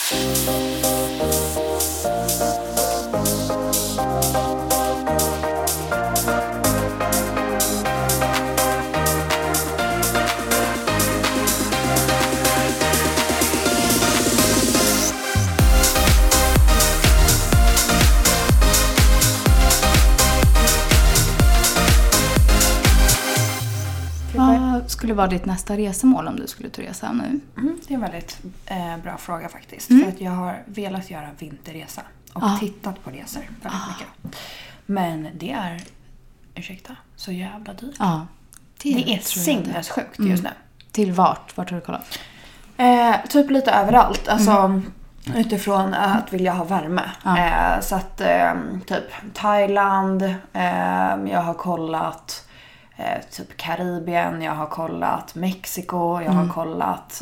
Vad skulle vara ditt nästa resemål om du skulle ta resa nu? Det är en väldigt bra fråga faktiskt. För att jag har velat göra vinterresa och tittat på resor väldigt mycket. Men det är, ursäkta, så jävla dyrt. Ja, det är sinnessjukt just nu. Till vart? Vart har du kollat? Typ lite överallt. Alltså utifrån att vilja ha värme. Så att typ Thailand, jag har kollat typ Karibien, jag har kollat Mexiko, jag har kollat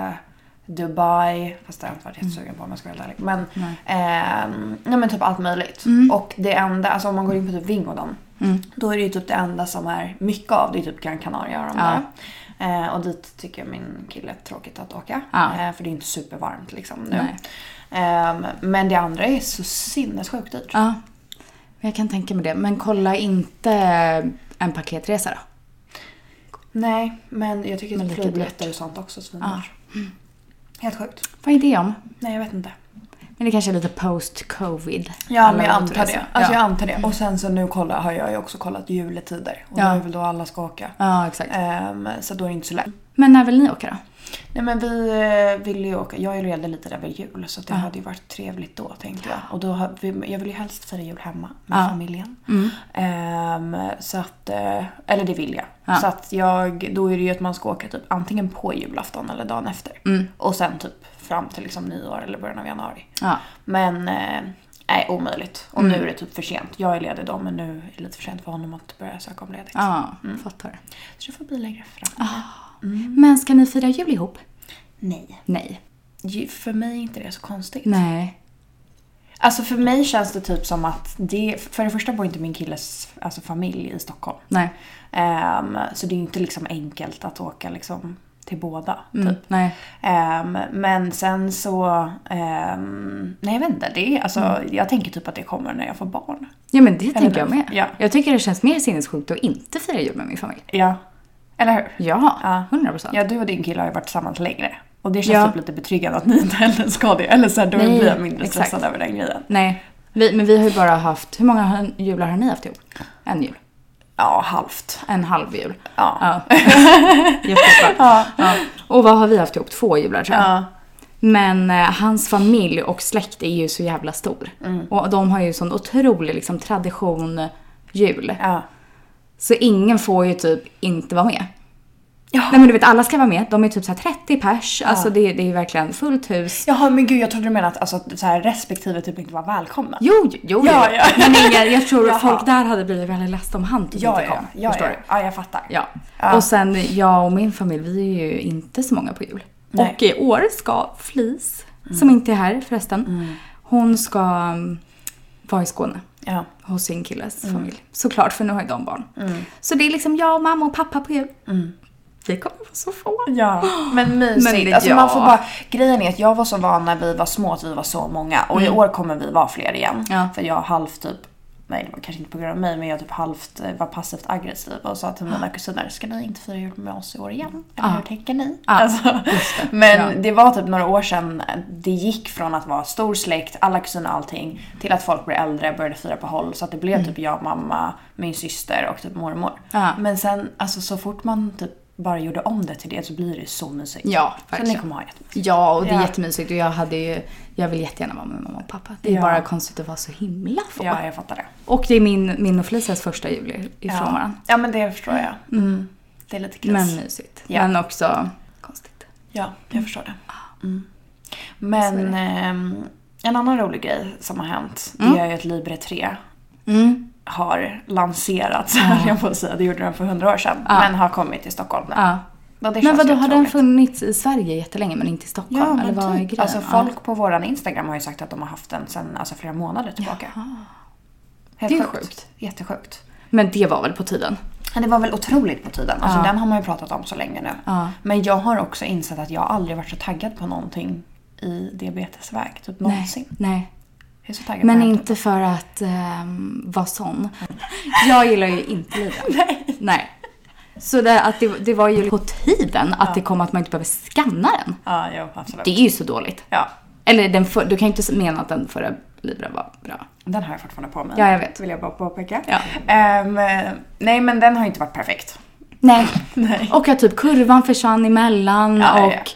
Dubai, fast det har jag inte varit jättesugen på om jag ska vara ärlig. Men, nej, men typ allt möjligt. Och det enda, alltså om man går in på typ Vingodon, då är det ju typ det enda som är mycket av, det är typ Gran Canaria och de där. Och dit tycker jag min kille är tråkigt att åka. För det är inte supervarmt liksom nu. Men det andra är så sinnessjukt dyrt. Ja, jag kan tänka mig det. Men kolla inte en paketresa då? Nej, men jag tycker att flygbiljetter och sånt också svindyrt. Helt sjukt. Vad är det om? Nej, jag vet inte. Men det kanske är lite post-covid. Ja, men jag antar det. Alltså jag antar det. Och sen så nu har jag ju också kollat juletider. Och det är väl då alla ska åka. Ja, exakt. Så då är det inte så lätt. Men när vill ni åka då? Nej, men vi ville ju åka. Jag är redan lite där vid jul. Så det hade ju varit trevligt då, tänkte jag. Och då jag vill ju helst fira jul hemma med familjen. Så att, eller det vill jag. Så att då är det ju att man ska åka typ antingen på julafton eller dagen efter. Och sen typ fram till liksom nyår eller början av januari. Men nej, omöjligt. Och nu är det typ för sent. Jag är ledig då, men nu är det lite för sent för honom att börja söka om ledigt. Ja, fattar. Så det får bli längre fram. Men ska ni fira jul ihop? Nej. För mig är inte det så konstigt. Nej. Alltså för mig känns det typ som att för det första bor inte min killes familj i Stockholm. Nej. Så det är inte liksom enkelt att åka liksom till båda typ. Nej. Men sen så nej, jag vet inte det. Alltså jag tänker typ att det kommer när jag får barn. Ja, men det tänker jag med. Ja. Jag tycker det känns mer sinnessjukt att inte fira jul med min familj. Ja. Eller hur? Ja, 100%. Ja, du och din kille har ju varit tillsammans längre. Och det känns typ lite betryggande att ni inte heller ska det. Eller så här, då blir jag mindre stressad över den grejen. Nej, men vi har ju bara haft... Hur många jular har ni haft ihop? En jul? Ja, halvt. En halv jul? Ja. Jättebra. Ja. Och vad har vi haft ihop? 2 jular tror jag. Ja. Men hans familj och släkt är ju så jävla stor. Och de har ju sån otrolig liksom, tradition jul. Ja. Så ingen får ju typ inte vara med. Ja. Nej, men du vet, alla ska vara med. De är typ så här 30 pers. Alltså det är verkligen fullt hus. Jaha, men gud, jag trodde du menade att alltså, så här, respektive typ inte var välkomna. Jo. Ja. Men jag tror att folk där hade blivit väldigt ledsna om han typ inte kom. Förstår du? Ja, jag fattar. Ja. Och sen jag och min familj, vi är ju inte så många på jul. Nej. Och i år ska Flis, som inte är här förresten, hon ska vara i Skåne. Ja. Hos sin killes familj. Såklart, för nu har ju de barn. Så det är liksom jag, mamma och pappa på jul. Vi kommer vara så få. Ja, men mysigt. Alltså man får bara... Grejen är att jag var så van när vi var små att vi var så många. Och i år kommer vi vara fler igen. Ja. För jag halvt typ... Nej, det var kanske inte på grund av mig. Men jag typ halvt var passivt aggressiv. Och sa till mina kusiner, ska ni inte fira jul med oss i år igen? Eller hur tänker ni? Alltså, men det var typ några år sedan. Det gick från att vara stor släkt, alla kusiner och allting. Till att folk blev äldre, började fira på håll. Så att det blev typ jag, mamma, min syster och typ mormor. Men sen, alltså så fort man typ bara gjorde om det till det så blir det så mysigt. Ja, verkligen. Så ni kommer ha jättemysigt. Ja, och det är jättemysigt. Och jag vill jättegärna vara med mamma och pappa. Det är bara konstigt att vara så himla få. Ja, jag fattar det. Och det är min och Felicias första jul ifrån varandra. Ja, men det förstår jag. Det är lite klass. Men mysigt. Ja. Men också konstigt. Ja, jag förstår det. Men en annan rolig grej som har hänt, det är ju att Libre 3 har lanserats, jag får säga. Det gjorde den för 100 år sedan. Men har kommit till Stockholm nu. Men vadå, har den funnits i Sverige jättelänge men inte i Stockholm? Ja, eller vad är grejen? Alltså folk på våran Instagram har ju sagt att de har haft den sedan flera månader tillbaka. Helt det är sjukt. Jättesjukt. Men det var väl på tiden? Ja, det var väl otroligt på tiden. Alltså den har man ju pratat om så länge nu. Men jag har också insett att jag aldrig varit så taggad på någonting i diabetesväg typ någonsin. Nej. Jag är så taggad men på inte för att vara sån. Jag gillar ju inte livet. Nej. Så det var ju på tiden att det kom att man inte behöver scanna den. Ja, jo, absolut. Det är ju så dåligt. Ja. Eller du kan ju inte mena att den förra Libre var bra. Den har jag fortfarande på mig. Ja, jag vet. Vill jag bara påpeka. Ja. Nej, men den har ju inte varit perfekt. Nej. Och att typ kurvan försvann emellan och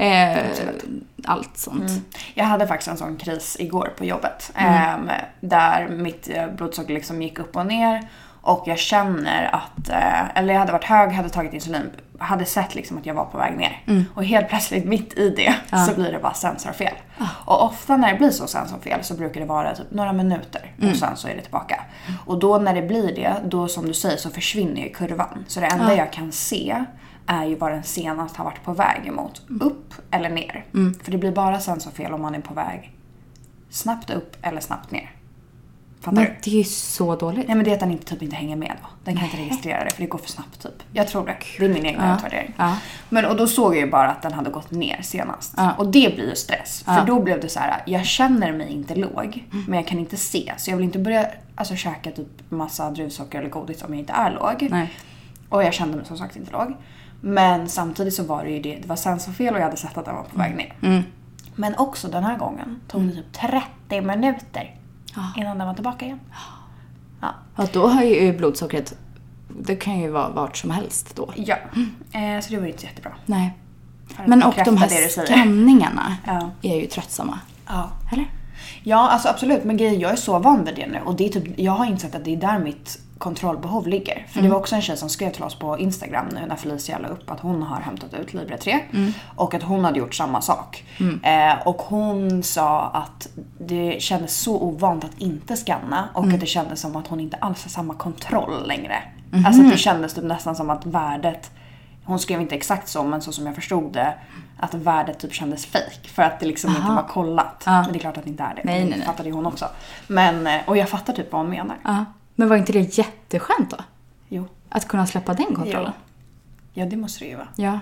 allt sånt. Jag hade faktiskt en sån kris igår på jobbet. Där mitt blodsocker liksom gick upp och ner. Och jag känner att, eller jag hade varit hög, hade tagit insulin, hade sett liksom att jag var på väg ner. Och helt plötsligt mitt i det så blir det bara sensorfel. Och ofta när det blir så sensorfel så brukar det vara typ några minuter och sen så är det tillbaka. Och då när det blir det, då som du säger så försvinner ju kurvan. Så det enda jag kan se är ju vad den senast har varit på väg emot. Upp eller ner. För det blir bara sensorfel om man är på väg snabbt upp eller snabbt ner. Fattar men du? det är ju så dåligt. Nej, men det är att den typ inte hänger med då. Den kan inte registrera det för det går för snabbt typ. Jag tror det. Det är min egen utvärdering. Men och då såg jag ju bara att den hade gått ner senast. Och det blir ju stress. För då blev det så här, jag känner mig inte låg. Men jag kan inte se. Så jag vill inte börja käka typ massa druvsocker eller godis om jag inte är låg. Nej. Och jag kände mig som sagt inte låg. Men samtidigt så var det ju det var sensorfel och jag hade sett att den var på väg ner. Men också den här gången tog det typ 30 minuter. Innan den var tillbaka igen. Ja, då har ju blodsockret, det kan ju vara vart som helst då. Ja, så det var ju inte jättebra. Nej. Men och de här skanningarna är ju tröttsamma. Ja. Eller? Ja, alltså absolut. Men jag är så van vid det nu. Och det är typ, jag har insett att det är där mitt kontrollbehov ligger. För det var också en tjej som skrev till oss på Instagram nu när Felicia la upp att hon har hämtat ut Libre 3. Och att hon hade gjort samma sak. Och hon sa att det kändes så ovant att inte scanna. Och att det kändes som att hon inte alls har samma kontroll längre. Alltså att det kändes typ nästan som att värdet... Hon skrev inte exakt så, men så som jag förstod det, att värdet typ kändes fake för att det liksom inte var kollat. Men det är klart att det inte är det. Nej. Det fattade ju hon också. Men, och jag fattar typ vad hon menar. Men var inte det jätteskönt då? Jo. Att kunna släppa den kontrollen? Ja, det måste det ju vara. Ja.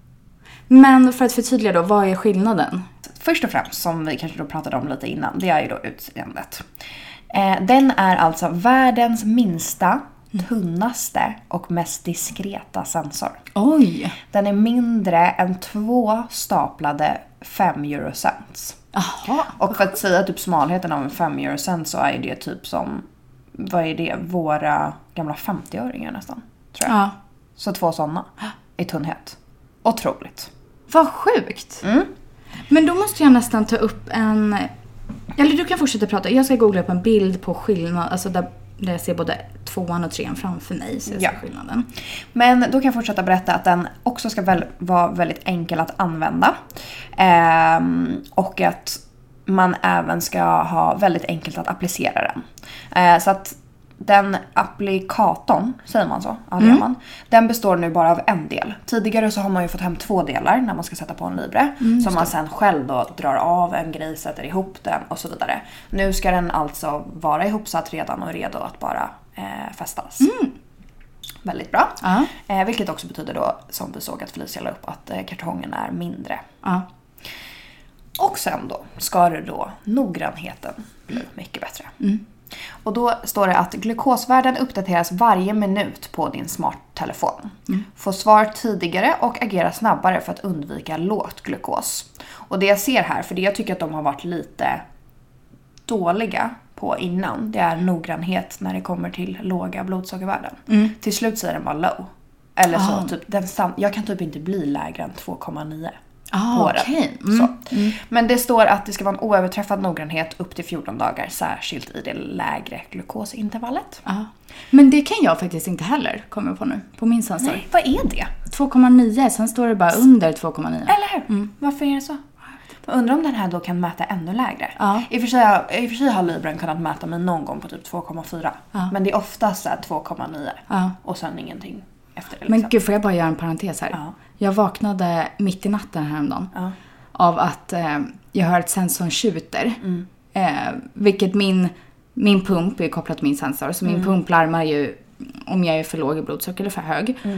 Men för att förtydliga då, vad är skillnaden? Först och främst, som vi kanske då pratade om lite innan, det är ju då utseendet. Den är alltså världens minsta, tunnaste och mest diskreta sensor. Oj! Den är mindre än 2 staplade 5 eurocents. Aha. Och för att säga typ smalheten av en 5 eurocent så är det typ som, vad är det, våra gamla 50-öringar nästan, tror jag. Så 2 sådana i tunnhet. Otroligt. Vad sjukt! Men då måste jag nästan ta upp en... Eller du kan fortsätta prata. Jag ska googla upp en bild på skillnad, alltså där jag ser både 2:an och 3:an framför mig, så jag ser skillnaden. Men då kan jag fortsätta berätta att den också ska vara väldigt enkel att använda. Och att man även ska ha väldigt enkelt att applicera den. Så att den applikatorn, säger man så? Ja, det gör man. Den består nu bara av en del. Tidigare så har man ju fått hem 2 delar när man ska sätta på en Libre. Som man sen själv då drar av en grej, sätter ihop den och så vidare. Nu ska den alltså vara ihopsatt redan och redo att bara fästas. Väldigt bra. Vilket också betyder då, som vi såg att Felicia la upp, att kartongen är mindre. Och sen då ska det då noggrannheten bli mycket bättre. Och då står det att glukosvärden uppdateras varje minut på din smarttelefon. Få svar tidigare och agera snabbare för att undvika lågt glukos. Och det jag ser här, för det jag tycker att de har varit lite dåliga på innan, det är noggrannhet när det kommer till låga blodsockervärden. Till slut säger den bara low. Eller så, typ, jag kan typ inte bli lägre än 2,9. På den. Så. Men det står att det ska vara en oöverträffad noggrannhet upp till 14 dagar, särskilt i det lägre glukosintervallet. Men det kan jag faktiskt inte heller komma på nu, på min sensor. Nej, vad är det? 2,9, sen står det bara under 2,9. Eller hur? Varför är det så? Jag undrar om den här då kan mäta ännu lägre. I och för sig har Libren kunnat mäta mig någon gång på typ 2,4. Men det är oftast 2,9. Och sen ingenting efter det. Liksom. Men gud, får jag bara göra en parentes här? Jag vaknade mitt i natten häromdagen av att jag hör att sensorn tjuter. Vilket min pump är kopplat till min sensor. Så min pump larmar ju om jag är för låg i blodsocker eller för hög.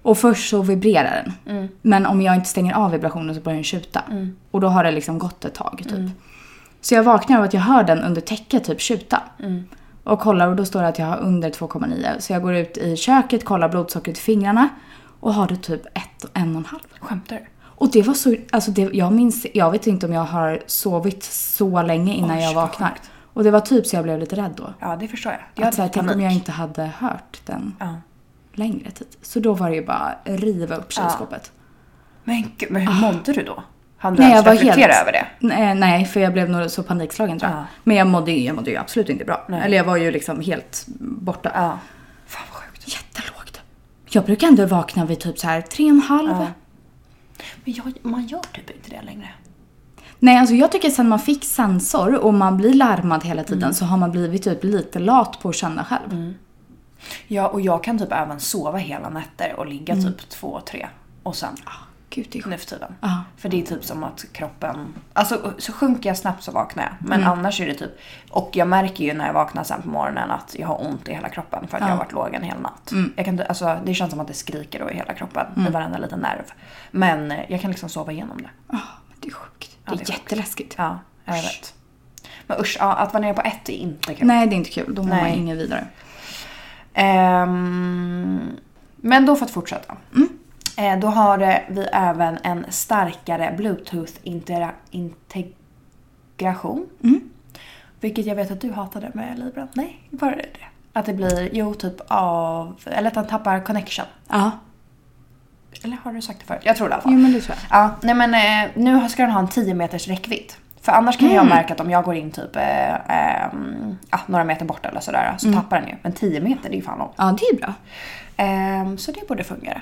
Och först så vibrerar den. Men om jag inte stänger av vibrationen så börjar den tjuta. Och då har det liksom gått ett tag typ. Så jag vaknar av att jag hör den under täcket typ tjuta. Och kollar och då står det att jag har under 2,9. Så jag går ut i köket, kollar blodsockret i fingrarna. Och har det typ 1,5. Skämtar du? Och det var så, alltså jag vet inte om jag har sovit så länge innan jag vaknar. Och det var typ så jag blev lite rädd då. Ja, det förstår jag. Tänk om jag inte hade hört den längre tid. Så då var det ju bara riva upp kylskåpet. Men hur mådde du då? Han du ens reflektera över det? Nej, för jag blev nog så panikslagen tror jag. Men jag mådde ju absolut inte bra. Nej. Eller jag var ju liksom helt borta. Ja. Fan vad sjukt. Jättelågt. Jag brukar ändå vakna vid typ så här 3,5. Men man gör typ inte det längre. Nej, alltså jag tycker sen man fick sensor och man blir larmad hela tiden så har man blivit typ lite lat på att känna själv. Ja, och jag kan typ även sova hela nätter och ligga typ 2-3 och sen nu för tiden. För det är typ som att kroppen, alltså så sjunker jag snabbt så vaknar jag. Men annars är det typ, och jag märker ju när jag vaknar sen på morgonen att jag har ont i hela kroppen för att jag har varit låg en hel natt. Jag kan, alltså, det känns som att det skriker då i hela kroppen, i varenda liten nerv. Men jag kan liksom sova igenom det. Det är sjukt. Det är jätteläskigt. Ja, jag vet. Men usch, att vara nere på 1 är inte kul. Nej, det är inte kul. Då mår man inget vidare. Men då för att fortsätta. Då har vi även en starkare Bluetooth-integration. Vilket jag vet att du hatade med Libra. Nej, var det det? Att det blir, typ eller att den tappar connection. Ja. Eller har du sagt det förut? Jag tror det i alla fall. Jo, men det tror jag. Ja, nej men nu ska den ha en 10 meters räckvidd. För annars kan jag märka att om jag går in typ några meter bort eller sådär så tappar den ju. Men 10 meter, det är ju fan långt. Ja, det är bra. Så det borde fungera.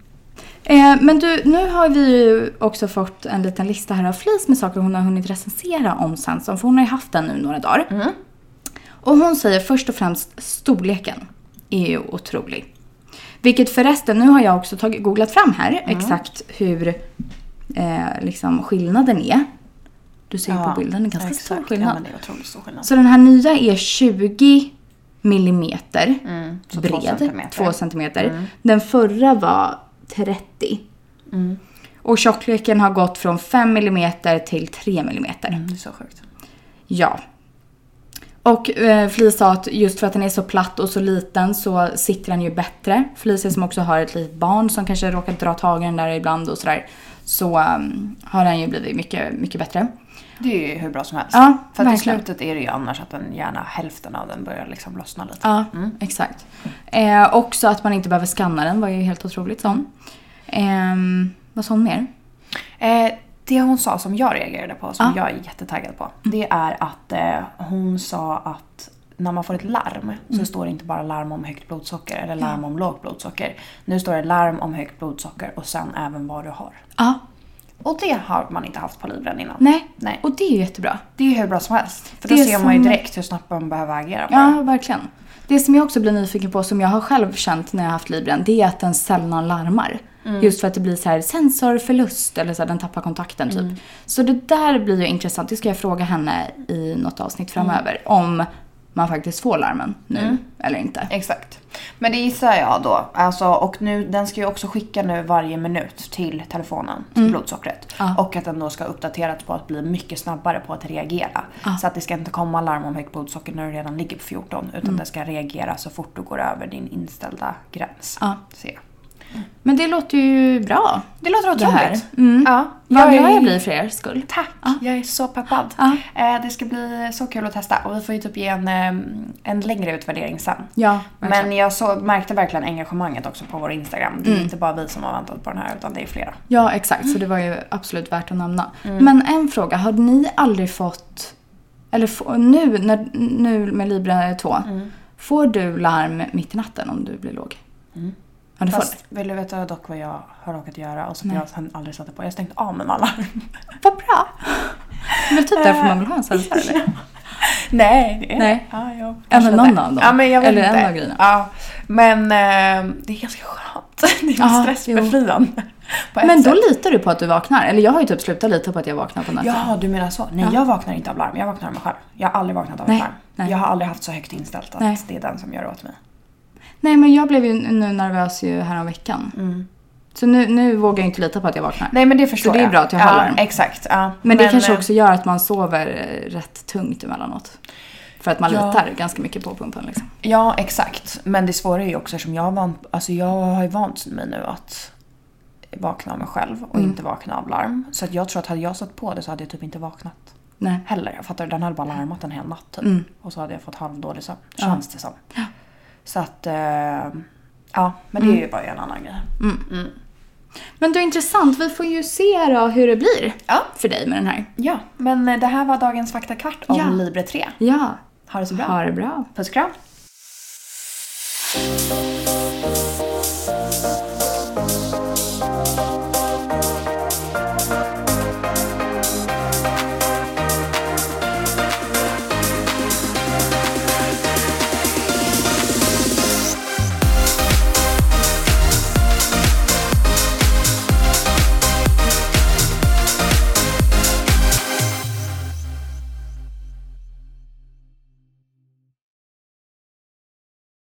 Men du, nu har vi ju också fått en liten lista här av Flis med saker hon har hunnit recensera om sensorn. För hon har ju haft den nu några dagar. Och hon säger först och främst storleken är ju otrolig. Vilket förresten, nu har jag också googlat fram här exakt hur liksom skillnaden är. Du ser ju på bilden, det är ganska stor skillnad. Ja, det är otroligt stor skillnad. Så den här nya är 20 millimeter bred, 2 centimeter. Den förra var 30. Och tjockleken har gått från 5 millimeter till 3 millimeter. Det är så sjukt. Ja. Och Flis sa att just för att den är så platt och så liten så sitter den ju bättre. Flis som också har ett litet barn som kanske råkar dra tag i den där ibland och sådär. Så har den ju blivit mycket, mycket bättre. Det är ju hur bra som helst. Ja, för att i slutet är det ju annars att den gärna hälften av den börjar liksom lossna lite. Ja, exakt. Också att man inte behöver skanna den var ju helt otroligt sån. Vad sa hon mer? Det hon sa som jag reagerade på, som jag är jättetaggad på, det är att hon sa att när man får ett larm så står det inte bara larm om högt blodsocker eller larm om lågt blodsocker. Nu står det larm om högt blodsocker och sen även vad du har. Ja. Och det har man inte haft på Libren innan. Nej. Och det är ju jättebra. Det är ju hur bra som helst. För då ser man ju direkt hur snabbt man behöver agera på det. Ja, verkligen. Det som jag också blir nyfiken på, som jag har själv känt när jag har haft Libren, det är att den sällan larmar. Just för att det blir så här sensorförlust eller så här, den tappar kontakten typ. Så det där blir ju intressant. Det ska jag fråga henne i något avsnitt framöver. Om man faktiskt får larmen nu eller inte. Exakt. Men det gissar jag då. Alltså, och nu, den ska ju också skicka nu varje minut till telefonen, till blodsockret. Och att den då ska uppdateras på att bli mycket snabbare på att reagera. Så att det ska inte komma larm om högt blodsocker när du redan ligger på 14. Utan det ska reagera så fort du går över din inställda gräns. Se. Men det låter ju bra. Det låter otroligt. Ja. Vad glad jag blir för er skull. Tack, jag är så peppad. Det ska bli så kul att testa. Och vi får ju typ ge en längre utvärdering sen. Ja, men jag märkte verkligen engagemanget också på vår Instagram. Det är inte bara vi som har väntat på den här, utan det är flera. Ja, exakt. Så det var ju absolut värt att nämna. Men en fråga, har ni aldrig fått, eller nu med Libra 2, får du larm mitt i natten om du blir låg? Ja, fast vill du veta dock vad jag har råkat göra och som jag sen aldrig satte på? Jag stängt av med alarm. Vad bra. Det är väl typ därför man vill ha en sensor, eller? Nej. Ja, även någon av dem. Ja, men jag vet eller inte. En av grejerna. Ja, men det är ganska skönt. Det är stressbefriande. Men då litar du på att du vaknar? Eller jag har ju typ slutat lita på att jag vaknar på natten. Ja, du menar så. Nej, jag vaknar inte av larm. Jag vaknar av mig själv. Jag har aldrig vaknat av ett larm. Jag har aldrig haft så högt inställt att det är den som gör åt mig. Nej, men jag blev ju nu nervös ju här om veckan. Så nu vågar jag inte lita på att jag vaknar. Nej, men det förstår jag. Så det är bra att jag har larm. Exakt. Ja. Men det kanske också gör att man sover rätt tungt emellanåt. För att man litar ganska mycket på pumpen liksom. Ja, exakt. Men det svåra är ju också som jag har ju vant mig nu att vakna av mig själv och inte vakna av larm. Så att jag tror att hade jag satt på det så hade jag typ inte vaknat. Nej. Heller. Jag fattar, den hade bara larmat en hel natt typ. Och så hade jag fått halvdålig sömn. Känns det som. Ja. Så att, ja, men det är ju bara en annan grej. Men det är intressant. Vi får ju se då hur det blir för dig med den här. Ja, men det här var dagens faktakvart om Libre 3. Ja. Ha det så bra. Ha det bra. Puss och kram.